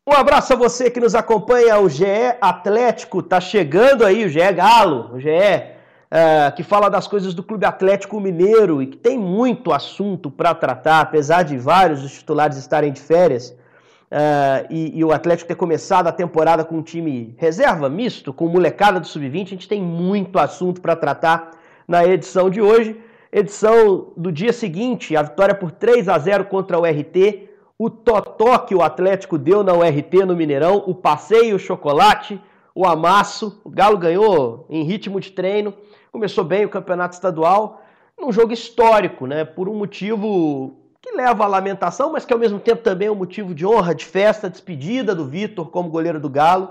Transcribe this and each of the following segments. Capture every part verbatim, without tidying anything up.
Um abraço a você que nos acompanha, o G E Atlético, tá chegando aí, o G E Galo, o G E uh, que fala das coisas do Clube Atlético Mineiro e que tem muito assunto para tratar, apesar de vários dos titulares estarem de férias uh, e, e o Atlético ter começado a temporada com um time reserva, misto, com molecada do sub vinte, a gente tem muito assunto para tratar na edição de hoje. Edição do dia seguinte, a vitória por três a zero contra o R T, o totó que o Atlético deu na U R T no Mineirão, o passeio, o chocolate, o amasso. O Galo ganhou em ritmo de treino, começou bem o campeonato estadual, num jogo histórico, né? Por um motivo que leva à lamentação, mas que ao mesmo tempo também é um motivo de honra, de festa, despedida do Vitor como goleiro do Galo.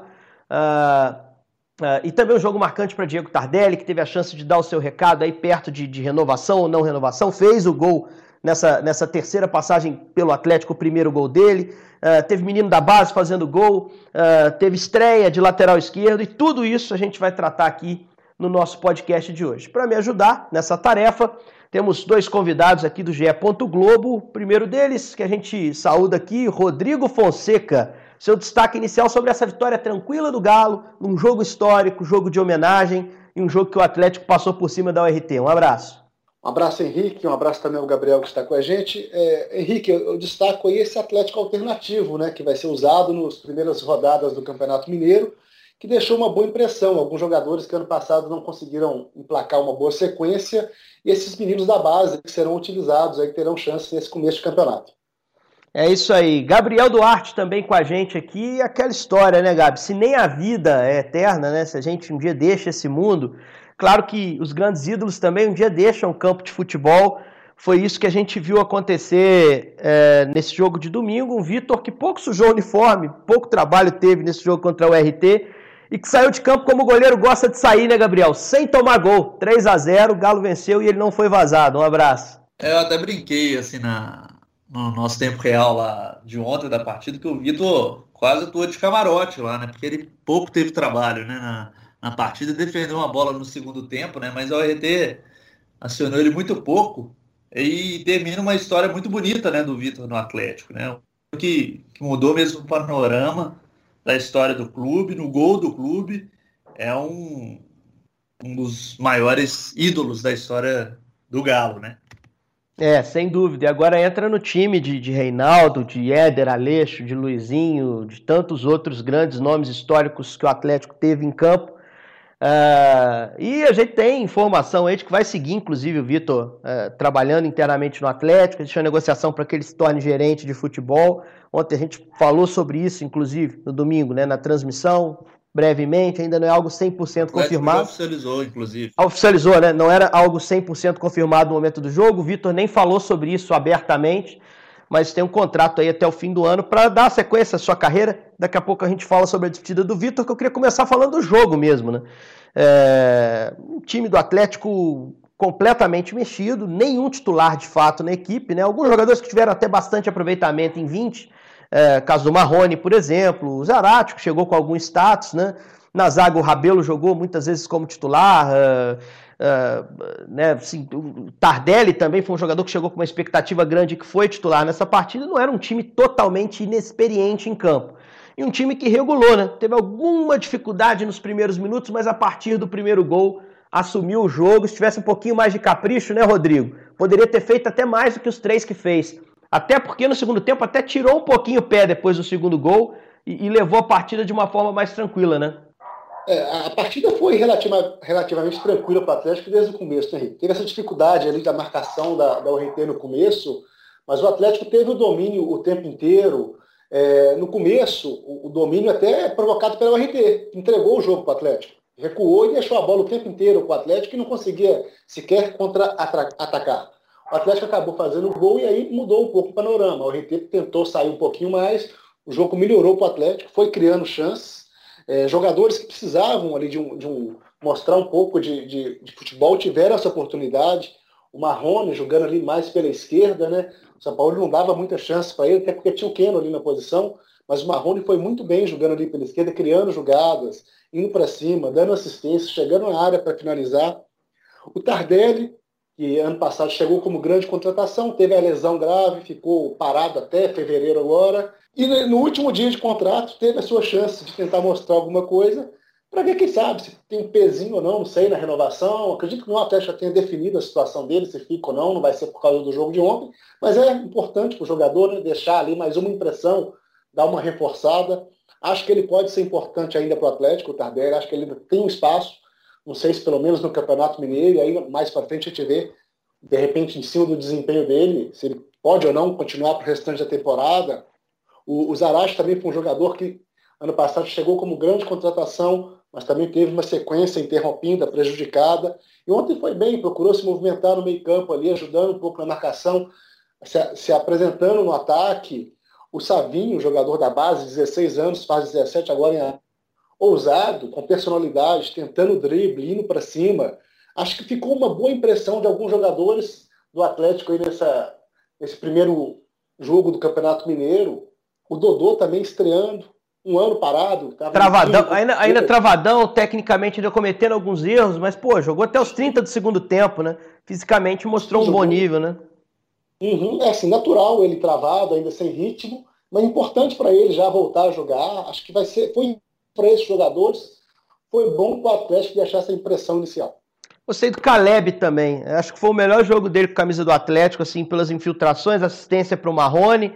Uh, uh, e também um jogo marcante para Diego Tardelli, que teve a chance de dar o seu recado aí perto de, de renovação ou não renovação, fez o gol Nessa, nessa terceira passagem pelo Atlético, o primeiro gol dele. Uh, teve menino da base fazendo gol, uh, teve estreia de lateral esquerdo, e tudo isso a gente vai tratar aqui no nosso podcast de hoje. Para me ajudar nessa tarefa, temos dois convidados aqui do G E. Globo. O primeiro deles, que a gente saúda aqui, Rodrigo Fonseca. Seu destaque inicial sobre essa vitória tranquila do Galo, num jogo histórico, jogo de homenagem, e um jogo que o Atlético passou por cima da U R T. Um abraço. Um abraço, Henrique, um abraço também ao Gabriel que está com a gente. É, Henrique, eu, eu destaco aí esse Atlético alternativo, né, que vai ser usado nas primeiras rodadas do Campeonato Mineiro, que deixou uma boa impressão. Alguns jogadores que ano passado não conseguiram emplacar uma boa sequência, e esses meninos da base que serão utilizados, aí, que terão chance nesse começo de campeonato. É isso aí. Gabriel Duarte também com a gente aqui. E aquela história, né, Gabi? Se nem a vida é eterna, né? Se a gente um dia deixa esse mundo... Claro que os grandes ídolos também um dia deixam o campo de futebol. Foi isso que a gente viu acontecer é, nesse jogo de domingo. Um Vitor que pouco sujou o uniforme, pouco trabalho teve nesse jogo contra o R T e que saiu de campo como o goleiro gosta de sair, né, Gabriel? Sem tomar gol. três a zero, o Galo venceu e ele não foi vazado. Um abraço. Eu até brinquei assim na, no nosso tempo real lá de ontem da partida que o Vitor quase atuou de camarote lá, né? Porque ele pouco teve trabalho, né? Na, na partida, defendeu uma bola no segundo tempo, né? Mas a U R T acionou ele muito pouco e termina uma história muito bonita, né, do Vitor no Atlético, né? Que, que mudou mesmo o panorama da história do clube, no gol do clube. É um, um dos maiores ídolos da história do Galo, né? É, sem dúvida. E agora entra no time de, de Reinaldo, de Éder, Aleixo, de Luizinho, de tantos outros grandes nomes históricos que o Atlético teve em campo. Uh, e a gente tem informação aí de que vai seguir, inclusive, o Vitor uh, trabalhando internamente no Atlético. Existe uma negociação para que ele se torne gerente de futebol. Ontem a gente falou sobre isso, inclusive, no domingo, né, na transmissão, brevemente. Ainda não é algo cem por cento confirmado. Oficializou, inclusive. Oficializou, né? Não era algo cem por cento confirmado no momento do jogo. O Vitor nem falou sobre isso abertamente, mas tem um contrato aí até o fim do ano para dar sequência à sua carreira. Daqui a pouco a gente fala sobre a despedida do Vitor, que eu queria começar falando do jogo mesmo, né? É... Um time do Atlético completamente mexido, nenhum titular de fato na equipe, né? Alguns jogadores que tiveram até bastante aproveitamento em vinte, é... caso do Marrone, por exemplo, o Zarate, que chegou com algum status, né? Na zaga o Rabelo jogou muitas vezes como titular, uh, uh, né, assim, o Tardelli também foi um jogador que chegou com uma expectativa grande que foi titular nessa partida. Não era um time totalmente inexperiente em campo. E um time que regulou, né? Teve alguma dificuldade nos primeiros minutos, mas a partir do primeiro gol assumiu o jogo. Se tivesse um pouquinho mais de capricho, né, Rodrigo? Poderia ter feito até mais do que os três que fez. Até porque no segundo tempo até tirou um pouquinho o pé depois do segundo gol e, e levou a partida de uma forma mais tranquila, né? É, a partida foi relativa, relativamente tranquila para o Atlético desde o começo, né, Henrique? Teve essa dificuldade ali da marcação da, da U R T no começo, mas o Atlético teve o domínio o tempo inteiro. É, no começo, o, o domínio até provocado pela U R T, entregou o jogo para o Atlético. Recuou e deixou a bola o tempo inteiro para o Atlético e não conseguia sequer contra-atacar. O Atlético acabou fazendo o gol e aí mudou um pouco o panorama. A U R T tentou sair um pouquinho mais, o jogo melhorou para o Atlético, foi criando chances. É, jogadores que precisavam ali de um, de um mostrar um pouco de, de, de futebol tiveram essa oportunidade. O Marrone jogando ali mais pela esquerda, né? O São Paulo não dava muita chance para ele, até porque tinha o Keno ali na posição, mas o Marrone foi muito bem jogando ali pela esquerda, criando jogadas, indo para cima, dando assistência, chegando na área para finalizar. O Tardelli que ano passado chegou como grande contratação, teve a lesão grave, ficou parado até fevereiro agora, e no último dia de contrato teve a sua chance de tentar mostrar alguma coisa, para ver, quem sabe, se tem um pezinho ou não, não sei, na renovação. Acredito que o Atlético já tenha definido a situação dele, se fica ou não, não vai ser por causa do jogo de ontem, mas é importante para o jogador, né, deixar ali mais uma impressão, dar uma reforçada. Acho que ele pode ser importante ainda para o Atlético, o Tardelli, acho que ele tem um espaço, não sei se pelo menos no Campeonato Mineiro, e aí mais para frente a gente vê, de repente, em cima do desempenho dele, se ele pode ou não continuar para o restante da temporada. O, o Zarate também foi um jogador que ano passado chegou como grande contratação, mas também teve uma sequência interrompida, prejudicada. E ontem foi bem, procurou se movimentar no meio campo ali, ajudando um pouco na marcação, se, se apresentando no ataque. O Savinho, jogador da base, dezesseis anos, faz dezessete agora, em ousado, com personalidade, tentando drible, indo para cima. Acho que ficou uma boa impressão de alguns jogadores do Atlético aí nessa, nesse primeiro jogo do Campeonato Mineiro. O Dodô também estreando. Um ano parado. Travadão, ainda, ainda travadão, tecnicamente ainda cometendo alguns erros, mas, pô, jogou até os trinta do segundo tempo, né? Fisicamente mostrou um bom nível, né? Uhum, é assim, natural ele travado, ainda sem ritmo, mas importante para ele já voltar a jogar. Acho que vai ser, foi para esses jogadores, foi bom para o Atlético deixar essa impressão inicial. Gostei do Caleb também. Acho que foi o melhor jogo dele com a camisa do Atlético, assim, pelas infiltrações, assistência para o Marrone.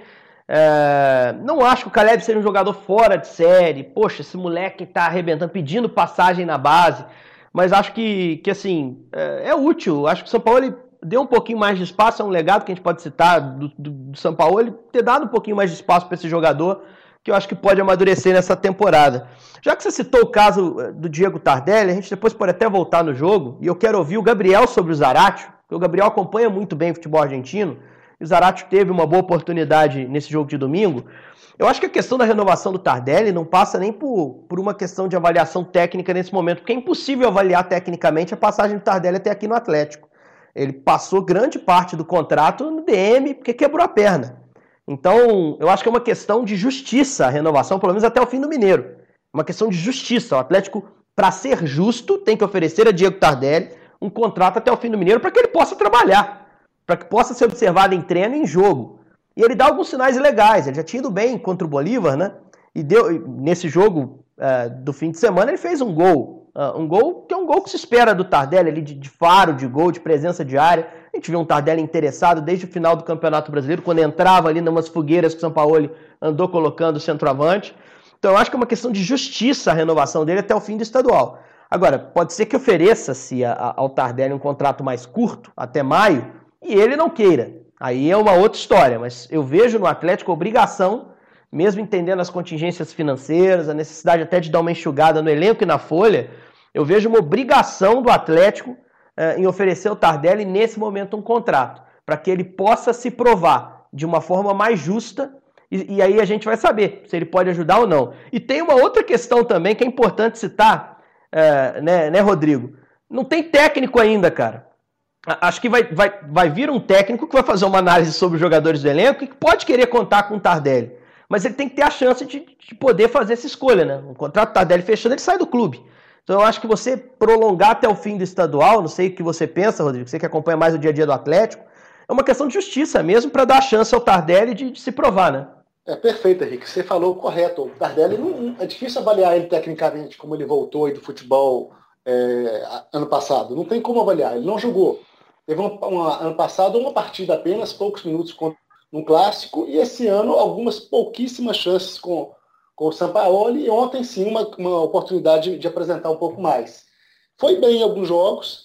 É, não acho que o Caleb seja um jogador fora de série. Poxa, esse moleque tá arrebentando, pedindo passagem na base. Mas acho que, que assim, é, é útil. Acho que o São Paulo ele deu um pouquinho mais de espaço. É um legado que a gente pode citar do, do, do São Paulo, ele ter dado um pouquinho mais de espaço para esse jogador, que eu acho que pode amadurecer nessa temporada. Já que você citou o caso do Diego Tardelli, a gente depois pode até voltar no jogo, e eu quero ouvir o Gabriel sobre o Zaratio, porque o Gabriel acompanha muito bem o futebol argentino, e o Zaratio teve uma boa oportunidade nesse jogo de domingo. Eu acho que a questão da renovação do Tardelli não passa nem por, por uma questão de avaliação técnica nesse momento, porque é impossível avaliar tecnicamente a passagem do Tardelli até aqui no Atlético. Ele passou grande parte do contrato no D M porque quebrou a perna. Então, eu acho que é uma questão de justiça a renovação, pelo menos até o fim do Mineiro. Uma questão de justiça. O Atlético, para ser justo, tem que oferecer a Diego Tardelli um contrato até o fim do Mineiro para que ele possa trabalhar, para que possa ser observado em treino e em jogo. E ele dá alguns sinais legais. Ele já tinha ido bem contra o Bolívar, né? E deu, nesse jogo uh, do fim de semana ele fez um gol. Uh, um gol que é um gol que se espera do Tardelli, ali de, de faro, de gol, de presença de área. A gente viu um Tardelli interessado desde o final do Campeonato Brasileiro, quando entrava ali numas fogueiras que o Sampaoli andou colocando o centroavante. Então eu acho que é uma questão de justiça a renovação dele até o fim do estadual. Agora, pode ser que ofereça-se ao Tardelli um contrato mais curto, até maio, e ele não queira. Aí é uma outra história, mas eu vejo no Atlético a obrigação, mesmo entendendo as contingências financeiras, a necessidade até de dar uma enxugada no elenco e na folha, eu vejo uma obrigação do Atlético eh, em oferecer ao Tardelli nesse momento um contrato, para que ele possa se provar de uma forma mais justa, e, e aí a gente vai saber se ele pode ajudar ou não. E tem uma outra questão também que é importante citar, eh, né, né, Rodrigo? Não tem técnico ainda, cara. Acho que vai, vai, vai vir um técnico que vai fazer uma análise sobre os jogadores do elenco e que pode querer contar com o Tardelli. Mas ele tem que ter a chance de, de poder fazer essa escolha, né? O contrato do Tardelli fechando, ele sai do clube. Então eu acho que você prolongar até o fim do estadual, não sei o que você pensa, Rodrigo, você que acompanha mais o dia a dia do Atlético, é uma questão de justiça mesmo para dar a chance ao Tardelli de, de se provar, né? É perfeito, Henrique. Você falou correto. O Tardelli, não, é difícil avaliar ele tecnicamente, como ele voltou aí do futebol é, ano passado. Não tem como avaliar. Ele não jogou. Teve uma, uma, ano passado uma partida apenas, poucos minutos com um clássico, e esse ano algumas pouquíssimas chances com, com o Sampaoli, e ontem sim uma, uma oportunidade de, de apresentar um pouco mais. Foi bem em alguns jogos,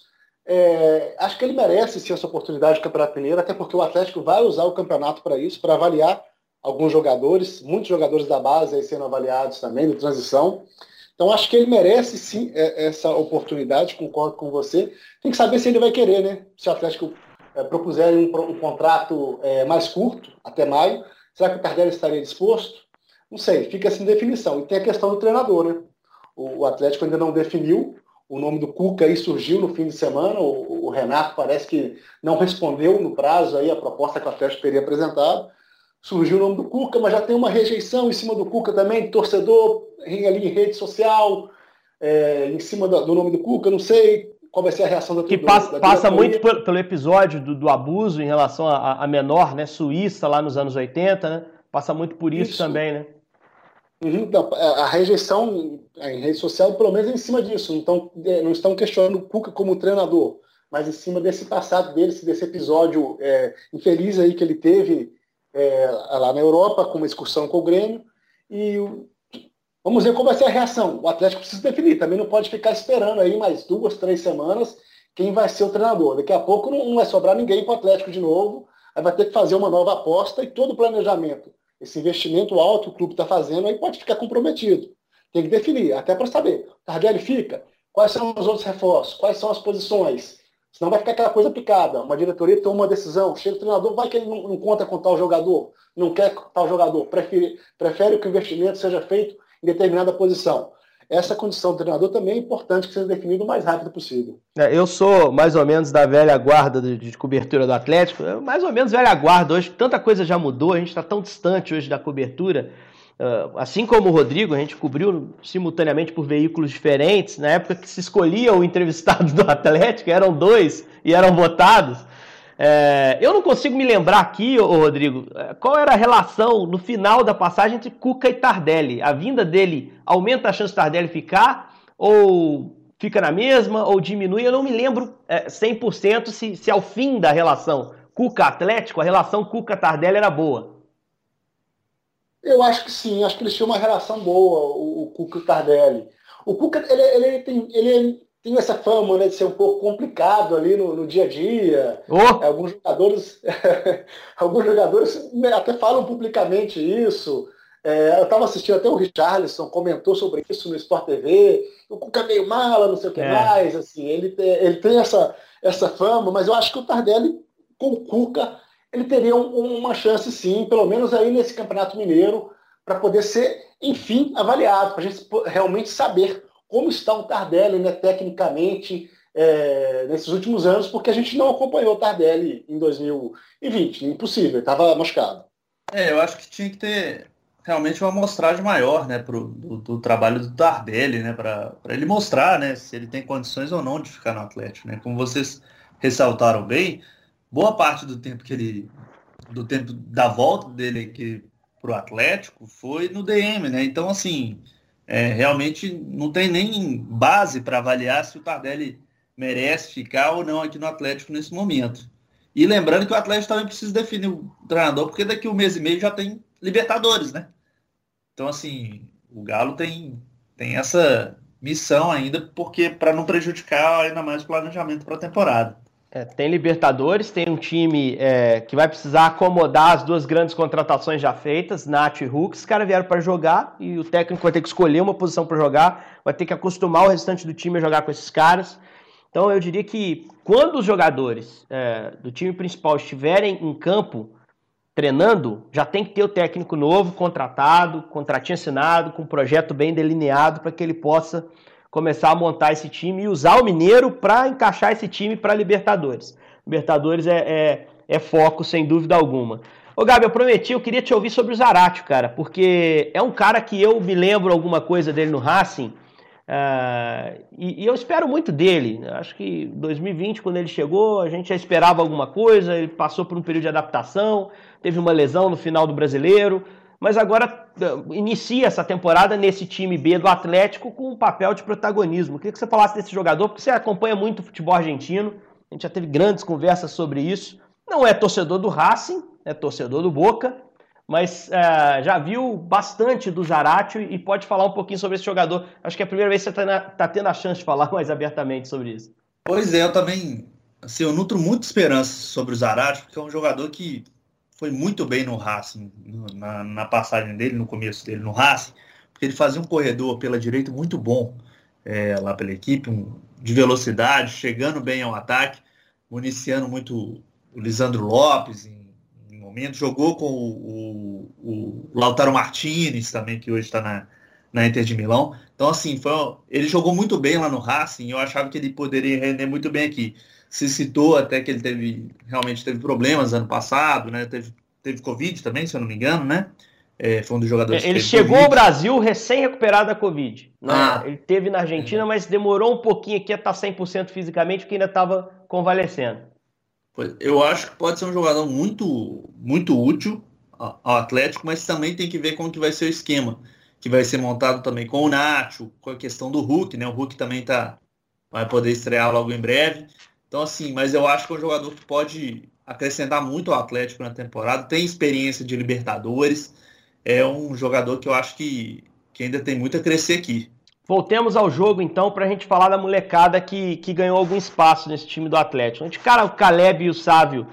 é, acho que ele merece sim essa oportunidade do Campeonato Mineiro, até porque o Atlético vai usar o campeonato para isso, para avaliar alguns jogadores, muitos jogadores da base aí sendo avaliados também, de transição. Então acho que ele merece sim essa oportunidade, concordo com você. Tem que saber se ele vai querer, né? Se o Atlético é, propuser um, um contrato é, mais curto, até maio, será que o Tardelli estaria disposto? Não sei, fica sem definição. E tem a questão do treinador, né? O, o Atlético ainda não definiu, o nome do Cuca aí surgiu no fim de semana, o, o Renato parece que não respondeu no prazo aí a proposta que o Atlético teria apresentado. Surgiu o nome do Cuca, mas já tem uma rejeição em cima do Cuca também, de torcedor ali em rede social, é, em cima do, do nome do Cuca, não sei. qual vai ser a reação da Que do, passa, da passa muito pelo, pelo episódio do, do abuso em relação a, a menor, né? Suíça, lá nos anos oitenta, né? Passa muito por isso, isso. também, né? Uhum, não, a rejeição em rede social, pelo menos, é em cima disso. Não estão, não estão questionando o Cuca como treinador, mas em cima desse passado dele, desse episódio é, infeliz aí que ele teve é, lá na Europa, com uma excursão com o Grêmio. E vamos ver qual vai ser a reação. O Atlético precisa definir, também não pode ficar esperando aí mais duas, três semanas quem vai ser o treinador. Daqui a pouco não, não vai sobrar ninguém para o Atlético de novo, aí vai ter que fazer uma nova aposta e todo o planejamento, esse investimento alto que o clube está fazendo, aí pode ficar comprometido. Tem que definir, até para saber. Tardelli fica? Quais são os outros reforços? Quais são as posições? Senão vai ficar aquela coisa picada. Uma diretoria toma uma decisão, chega o treinador, vai que ele não, não conta com tal jogador, não quer tal jogador, prefere, prefere que o investimento seja feito em determinada posição. Essa condição do treinador também é importante que seja definido o mais rápido possível. É, eu sou mais ou menos da velha guarda de, de cobertura do Atlético, mais ou menos velha guarda. Hoje tanta coisa já mudou, a gente está tão distante hoje da cobertura. Uh, assim como o Rodrigo, a gente cobriu simultaneamente por veículos diferentes. Na época que se escolhia o entrevistado do Atlético, eram dois e eram votados. É, eu não consigo me lembrar aqui, ô Rodrigo, qual era a relação no final da passagem entre Cuca e Tardelli. A vinda dele aumenta a chance de Tardelli ficar, ou fica na mesma, ou diminui? Eu não me lembro é, cem por cento se, se ao fim da relação Cuca-Atlético, a relação Cuca-Tardelli era boa. Eu acho que sim, acho que eles tinham uma relação boa, o, o Cuca e o Tardelli. O Cuca, ele, ele, tem, ele tem essa fama, né, de ser um pouco complicado ali no, no dia a dia. Oh. Alguns jogadores alguns jogadores até falam publicamente isso. É, eu estava assistindo até o Richarlison, comentou sobre isso no Sport T V. O Cuca é meio mala, não sei o que é. mais. Assim, ele tem, ele tem essa, essa fama, mas eu acho que o Tardelli, com o Cuca, ele teria um, uma chance sim, pelo menos aí nesse Campeonato Mineiro, para poder ser, enfim, avaliado, para a gente realmente saber como está o Tardelli, né, tecnicamente, é, nesses últimos anos, porque a gente não acompanhou o Tardelli em dois mil e vinte, impossível, estava machucado. É, eu acho que tinha que ter realmente uma amostragem maior, né, pro, do, do trabalho do Tardelli, né, para ele mostrar, né, se ele tem condições ou não de ficar no Atlético, né, como vocês ressaltaram bem, boa parte do tempo que ele, do tempo da volta dele aqui pro Atlético foi no D M, né, então assim, é, realmente não tem nem base para avaliar se o Tardelli merece ficar ou não aqui no Atlético nesse momento. E lembrando que o Atlético também precisa definir o treinador, porque daqui a um mês e meio já tem Libertadores, né? Então, assim, o Galo tem, tem essa missão ainda, porque para não prejudicar ainda mais o planejamento para a temporada. É, tem Libertadores, tem um time é, que vai precisar acomodar as duas grandes contratações já feitas, Nacho e Hulk. Os caras vieram para jogar e o técnico vai ter que escolher uma posição para jogar, vai ter que acostumar o restante do time a jogar com esses caras. Então eu diria que quando os jogadores é, do time principal estiverem em campo treinando, já tem que ter o técnico novo, contratado, contratinho assinado, com um projeto bem delineado para que ele possa começar a montar esse time e usar o Mineiro para encaixar esse time para Libertadores. Libertadores é, é, é foco, sem dúvida alguma. Ô Gabi, eu prometi, eu queria te ouvir sobre o Zaratio, cara, porque é um cara que eu me lembro alguma coisa dele no Racing, uh, e, e eu espero muito dele. Acho que em dois mil e vinte, quando ele chegou, a gente já esperava alguma coisa, ele passou por um período de adaptação, teve uma lesão no final do Brasileiro, mas agora uh, inicia essa temporada nesse time B do Atlético com um papel de protagonismo. Eu queria que você falasse desse jogador, porque você acompanha muito o futebol argentino, a gente já teve grandes conversas sobre isso. Não é torcedor do Racing, é torcedor do Boca, mas uh, já viu bastante do Zaratio e pode falar um pouquinho sobre esse jogador. Acho que é a primeira vez que você está tá tendo a chance de falar mais abertamente sobre isso. Pois é, eu também, assim, eu nutro muita esperança sobre o Zaratio, porque é um jogador que foi muito bem no Racing, na, na passagem dele, no começo dele no Racing, porque ele fazia um corredor pela direita muito bom é, lá pela equipe, um, de velocidade, chegando bem ao ataque, municiando muito o Lisandro Lopes em, em momento, jogou com o, o, o Lautaro Martinez também, que hoje está na, na Inter de Milão. Então, assim, foi, ele jogou muito bem lá no Racing e eu achava que ele poderia render muito bem aqui. Se citou até que ele teve, realmente teve problemas ano passado, né? Teve, teve Covid também, se eu não me engano, né? É, foi um dos jogadores Ele que chegou COVID. ao Brasil recém-recuperado da Covid. Né? Ah. Ele teve na Argentina, mas demorou um pouquinho aqui a estar cem por cento fisicamente, porque ainda estava convalescendo. Eu acho que pode ser um jogador muito, muito útil ao Atlético, mas também tem que ver como que vai ser o esquema, que vai ser montado também com o Nacho, com a questão do Hulk, né? O Hulk também tá, vai poder estrear logo em breve. Então, assim, mas eu acho que é um jogador que pode acrescentar muito ao Atlético na temporada, tem experiência de Libertadores, é um jogador que eu acho que, que ainda tem muito a crescer aqui. Voltemos ao jogo, então, para a gente falar da molecada que, que ganhou algum espaço nesse time do Atlético. A gente, cara, o Caleb e o Sávio,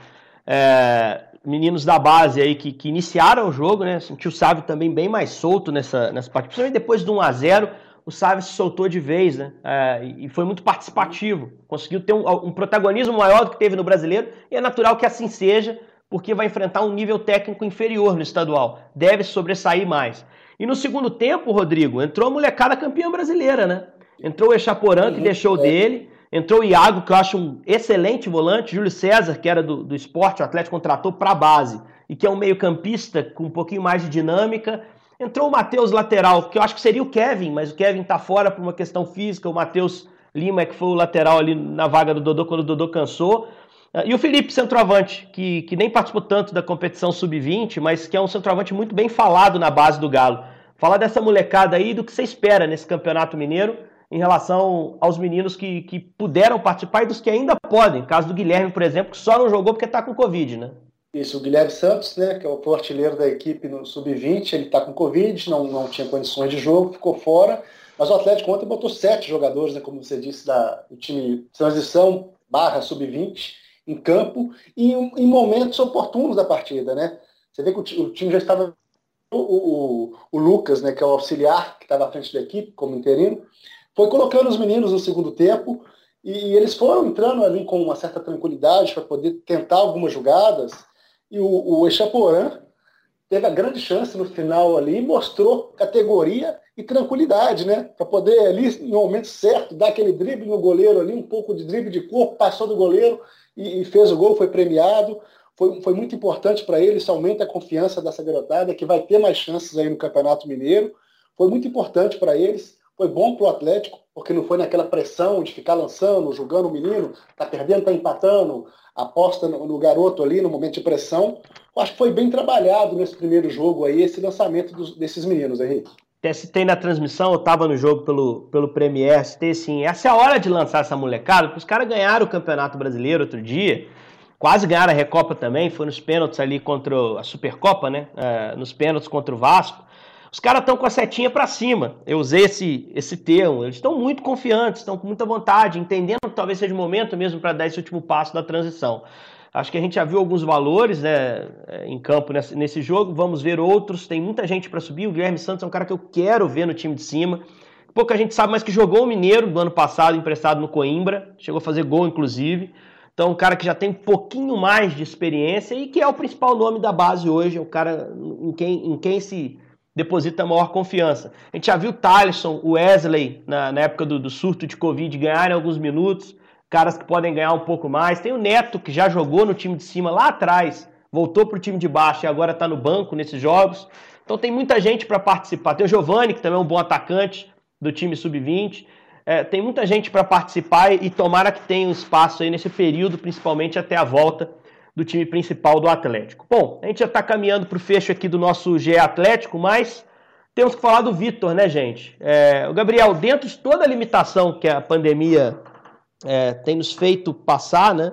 é, meninos da base aí que, que iniciaram o jogo, né? Senti o Sávio também bem mais solto nessa, nessa partida, principalmente depois do um a zero, o Sávio se soltou de vez, né? É, e foi muito participativo, conseguiu ter um, um protagonismo maior do que teve no Brasileiro, e é natural que assim seja, porque vai enfrentar um nível técnico inferior no estadual, deve sobressair mais. E no segundo tempo, Rodrigo, entrou a molecada campeã brasileira, né? Entrou o Echaporã, que deixou dele, entrou o Iago, que eu acho um excelente volante, Júlio César, que era do, do esporte, o Atlético contratou para a base, e que é um meio-campista com um pouquinho mais de dinâmica. Entrou o Matheus lateral, que eu acho que seria o Kevin, mas o Kevin tá fora por uma questão física, o Matheus Lima, que foi o lateral ali na vaga do Dodô, quando o Dodô cansou. E o Felipe, centroavante, que, que nem participou tanto da competição sub vinte, mas que é um centroavante muito bem falado na base do Galo. Falar dessa molecada aí, do que você espera nesse Campeonato Mineiro em relação aos meninos que, que puderam participar e dos que ainda podem. Caso do Guilherme, por exemplo, que só não jogou porque está com Covid, né? Isso, o Guilherme Santos, né, que é o artilheiro da equipe no sub vinte, ele está com Covid, não, não tinha condições de jogo, ficou fora. Mas o Atlético ontem botou sete jogadores, né, como você disse, da, do time transição barra sub vinte, em campo, e em, em momentos oportunos da partida, né? Você vê que o, o time já estava... O, o, o Lucas, né, que é o auxiliar, que estava à frente da equipe, como interino, foi colocando os meninos no segundo tempo, e eles foram entrando ali com uma certa tranquilidade para poder tentar algumas jogadas, e o, o Echaporã teve a grande chance no final ali, mostrou categoria e tranquilidade, né? Para poder ali, no momento certo, dar aquele drible no goleiro ali, um pouco de drible de corpo, passou do goleiro e, e fez o gol, foi premiado. Foi, foi muito importante para ele, isso aumenta a confiança dessa garotada, que vai ter mais chances aí no Campeonato Mineiro. Foi muito importante para eles, foi bom para o Atlético, porque não foi naquela pressão de ficar lançando, jogando o menino, tá perdendo, tá empatando, aposta no, no garoto ali no momento de pressão. Eu acho que foi bem trabalhado nesse primeiro jogo aí, esse lançamento dos, desses meninos, Henrique. Até citei na transmissão, eu estava no jogo pelo, pelo Premier, citei assim, essa é a hora de lançar essa molecada, porque os caras ganharam o Campeonato Brasileiro outro dia, quase ganharam a Recopa também, foi nos pênaltis ali contra a Supercopa, né? Uh, nos pênaltis contra o Vasco. Os caras estão com a setinha para cima. Eu usei esse, esse termo. Eles estão muito confiantes, estão com muita vontade, entendendo que talvez seja o momento mesmo para dar esse último passo da transição. Acho que a gente já viu alguns valores, né, em campo nesse, nesse jogo. Vamos ver outros. Tem muita gente para subir. O Guilherme Santos é um cara que eu quero ver no time de cima. Pouca gente sabe, mas que jogou o Mineiro do ano passado, emprestado no Coimbra. Chegou a fazer gol, inclusive. Então, um cara que já tem um pouquinho mais de experiência e que é o principal nome da base hoje, é o cara em quem, em quem se deposita a maior confiança. A gente já viu o Thaleson, o Wesley, na, na época do, do surto de Covid, ganharem alguns minutos, caras que podem ganhar um pouco mais. Tem o Neto, que já jogou no time de cima lá atrás, voltou para o time de baixo e agora está no banco nesses jogos. Então tem muita gente para participar. Tem o Giovani, que também é um bom atacante do time sub vinte. É, tem muita gente para participar e tomara que tenha um espaço aí nesse período, principalmente até a volta do time principal do Atlético. Bom, a gente já está caminhando para o fecho aqui do nosso G E Atlético, mas temos que falar do Vitor, né, gente? É, o Gabriel, dentro de toda a limitação que a pandemia é, tem nos feito passar, né?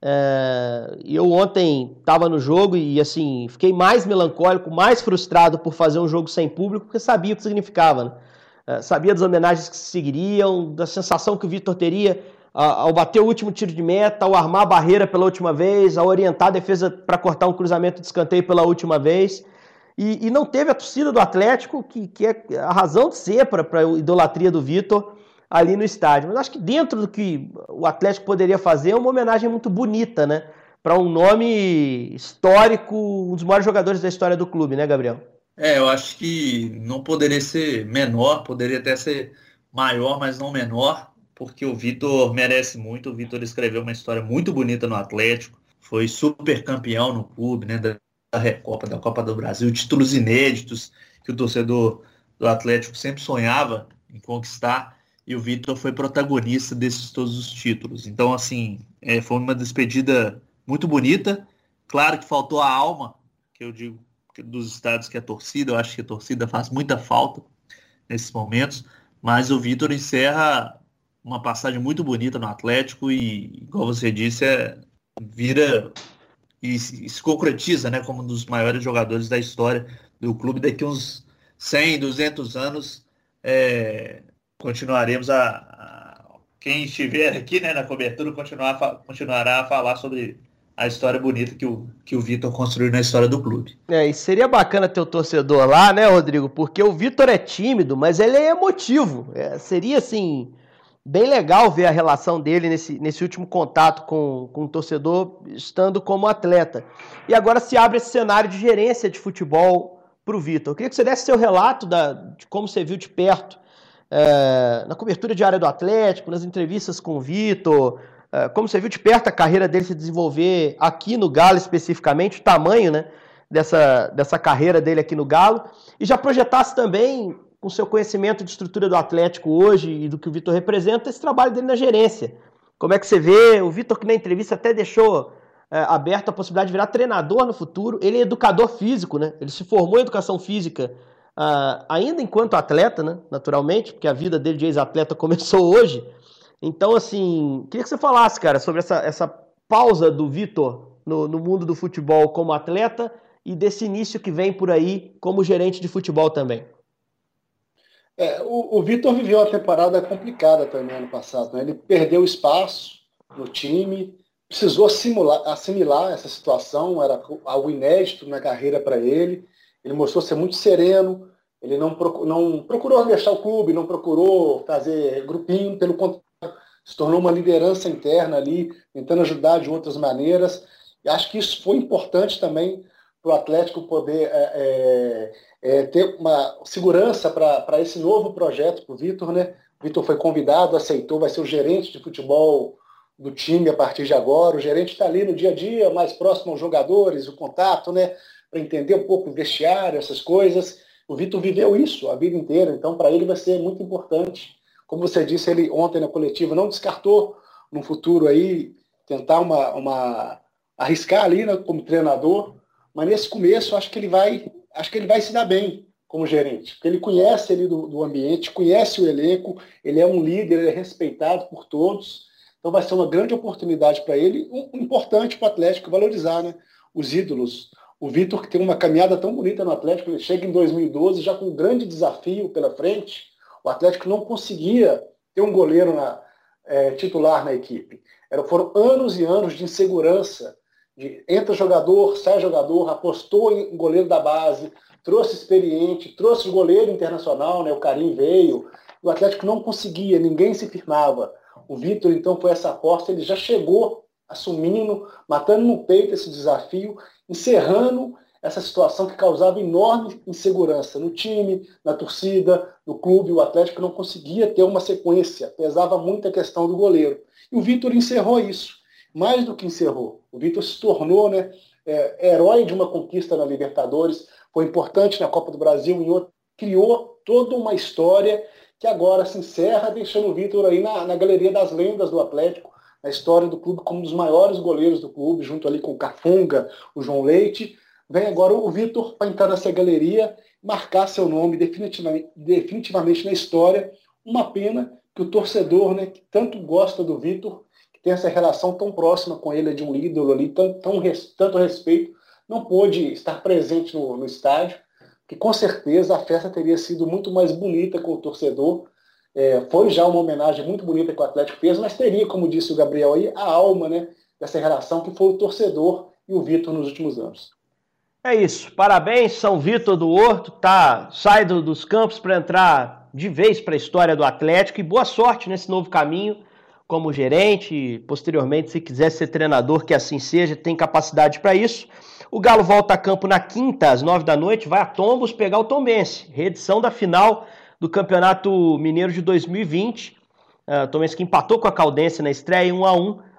É, eu ontem estava no jogo e, assim, fiquei mais melancólico, mais frustrado por fazer um jogo sem público, porque sabia o que significava, né? Sabia das homenagens que se seguiriam, da sensação que o Vitor teria ao bater o último tiro de meta, ao armar a barreira pela última vez, ao orientar a defesa para cortar um cruzamento de escanteio pela última vez. E, e não teve a torcida do Atlético, que, que é a razão de ser para a idolatria do Vitor ali no estádio. Mas acho que dentro do que o Atlético poderia fazer, é uma homenagem muito bonita, né? Para um nome histórico, um dos maiores jogadores da história do clube, né, Gabriel? É, eu acho que não poderia ser menor, poderia até ser maior, mas não menor, porque o Vitor merece muito. O Vitor escreveu uma história muito bonita no Atlético, foi super campeão no clube, né, da Recopa, da Copa do Brasil, títulos inéditos que o torcedor do Atlético sempre sonhava em conquistar, e o Vitor foi protagonista desses todos os títulos. Então, assim, é, foi uma despedida muito bonita. Claro que faltou a alma, que eu digo, dos estados que é a torcida, eu acho que a torcida faz muita falta nesses momentos, mas o Vitor encerra uma passagem muito bonita no Atlético e, igual você disse, é, vira e, e se concretiza, né, como um dos maiores jogadores da história do clube. Daqui uns cem, duzentos anos, é, continuaremos a, a... Quem estiver aqui, né, na cobertura continuar, continuará a falar sobre a história bonita que o, que o Vitor construiu na história do clube. É, e seria bacana ter o torcedor lá, né, Rodrigo? Porque o Vitor é tímido, mas ele é emotivo. É, seria, assim, bem legal ver a relação dele nesse, nesse último contato com, com o torcedor, estando como atleta. E agora se abre esse cenário de gerência de futebol para o Vitor. Eu queria que você desse seu relato da, de como você viu de perto, é, na cobertura diária do Atlético, nas entrevistas com o Vitor, como você viu de perto a carreira dele se desenvolver aqui no Galo especificamente, o tamanho, né, dessa, dessa carreira dele aqui no Galo, e já projetasse também, com seu conhecimento de estrutura do Atlético hoje e do que o Vitor representa, esse trabalho dele na gerência. Como é que você vê? O Vitor, que na entrevista até deixou é, aberto a possibilidade de virar treinador no futuro. Ele é educador físico, né? Ele se formou em educação física uh, ainda enquanto atleta, né? Naturalmente, porque a vida dele de ex-atleta começou hoje. Então, assim, queria que você falasse, cara, sobre essa, essa pausa do Vitor no, no mundo do futebol como atleta e desse início que vem por aí como gerente de futebol também. É, o, o Vitor viveu uma temporada complicada também ano passado, né? Ele perdeu espaço no time, precisou assimilar, assimilar essa situação, era algo inédito na carreira para ele. Ele mostrou ser muito sereno, ele não, procurou, não procurou deixar o clube, não procurou fazer grupinho, pelo contrário, se tornou uma liderança interna ali, tentando ajudar de outras maneiras. E acho que isso foi importante também para o Atlético poder é, é, ter uma segurança para esse novo projeto para o Vitor, né? O Vitor foi convidado, aceitou, vai ser o gerente de futebol do time a partir de agora. O gerente está ali no dia a dia, mais próximo aos jogadores, o contato, né? Para entender um pouco o vestiário, essas coisas. O Vitor viveu isso a vida inteira, então para ele vai ser muito importante. Como você disse, ele ontem na coletiva não descartou no futuro aí tentar uma, uma arriscar ali, né, como treinador, mas nesse começo acho que ele vai, acho que ele vai se dar bem como gerente, porque ele conhece ali do, do ambiente, conhece o elenco, ele é um líder, ele é respeitado por todos, então vai ser uma grande oportunidade para ele, um, um importante para o Atlético valorizar, né, os ídolos. O Vitor, que tem uma caminhada tão bonita no Atlético, ele chega em dois mil e doze já com um grande desafio pela frente. O Atlético não conseguia ter um goleiro na, é, titular na equipe. Era, foram anos e anos de insegurança. De, entra jogador, sai jogador, apostou em goleiro da base, trouxe experiente, trouxe o goleiro internacional, né, o Karim veio. O Atlético não conseguia, ninguém se firmava. O Vitor, então, foi essa aposta, ele já chegou assumindo, matando no peito esse desafio, encerrando essa situação que causava enorme insegurança no time, na torcida, no clube. O Atlético não conseguia ter uma sequência, pesava muito a questão do goleiro. E o Vitor encerrou isso, mais do que encerrou. O Vitor se tornou, né, é, herói de uma conquista na Libertadores, foi importante na Copa do Brasil, em outro, criou toda uma história que agora se encerra, deixando o Vitor aí na, na galeria das lendas do Atlético, na história do clube como um dos maiores goleiros do clube, junto ali com o Cafunga, o João Leite. Vem agora o Vitor para entrar nessa galeria, marcar seu nome definitivamente, definitivamente na história. Uma pena que o torcedor, né, que tanto gosta do Vitor, que tem essa relação tão próxima com ele, de um ídolo ali, tão, tão, tanto respeito, não pôde estar presente no, no estádio, que com certeza a festa teria sido muito mais bonita com o torcedor. É, foi já uma homenagem muito bonita que o Atlético fez, mas teria, como disse o Gabriel aí, a alma, né, dessa relação que foi o torcedor e o Vitor nos últimos anos. É isso, parabéns, São Vitor do Horto, tá, sai do, dos campos para entrar de vez para a história do Atlético e boa sorte nesse novo caminho como gerente e posteriormente, se quiser ser treinador, que assim seja, tem capacidade para isso. O Galo volta a campo na quinta, às nove da noite, vai a Tombos pegar o Tombense, reedição da final do Campeonato Mineiro de dois mil e vinte. Uh, o Tombense que empatou com a Caldense na estreia em um a um.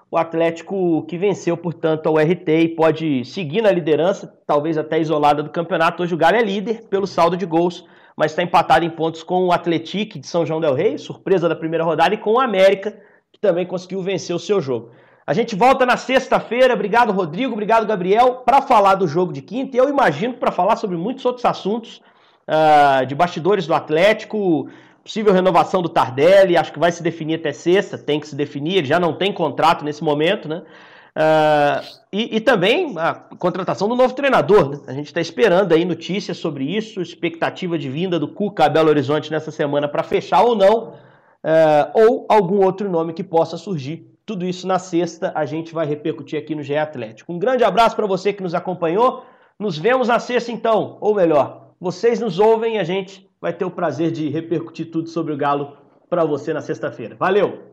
o Atlético que venceu, portanto, ao R T e pode seguir na liderança, talvez até isolada do campeonato. Hoje o Galo é líder pelo saldo de gols, mas está empatado em pontos com o Atlético de São João del Rei, surpresa da primeira rodada, e com o América, que também conseguiu vencer o seu jogo. A gente volta na sexta-feira. Obrigado, Rodrigo, obrigado, Gabriel, para falar do jogo de quinta, e eu imagino para falar sobre muitos outros assuntos uh, de bastidores do Atlético, possível renovação do Tardelli, acho que vai se definir até sexta, tem que se definir, ele já não tem contrato nesse momento, né? Uh, e, e também a contratação do novo treinador, né? A gente está esperando aí notícias sobre isso, expectativa de vinda do Cuca a Belo Horizonte nessa semana para fechar ou não, uh, ou algum outro nome que possa surgir. Tudo isso na sexta a gente vai repercutir aqui no G E Atlético. Um grande abraço para você que nos acompanhou, nos vemos na sexta então, ou melhor, vocês nos ouvem e a gente vai ter o prazer de repercutir tudo sobre o Galo para você na sexta-feira. Valeu!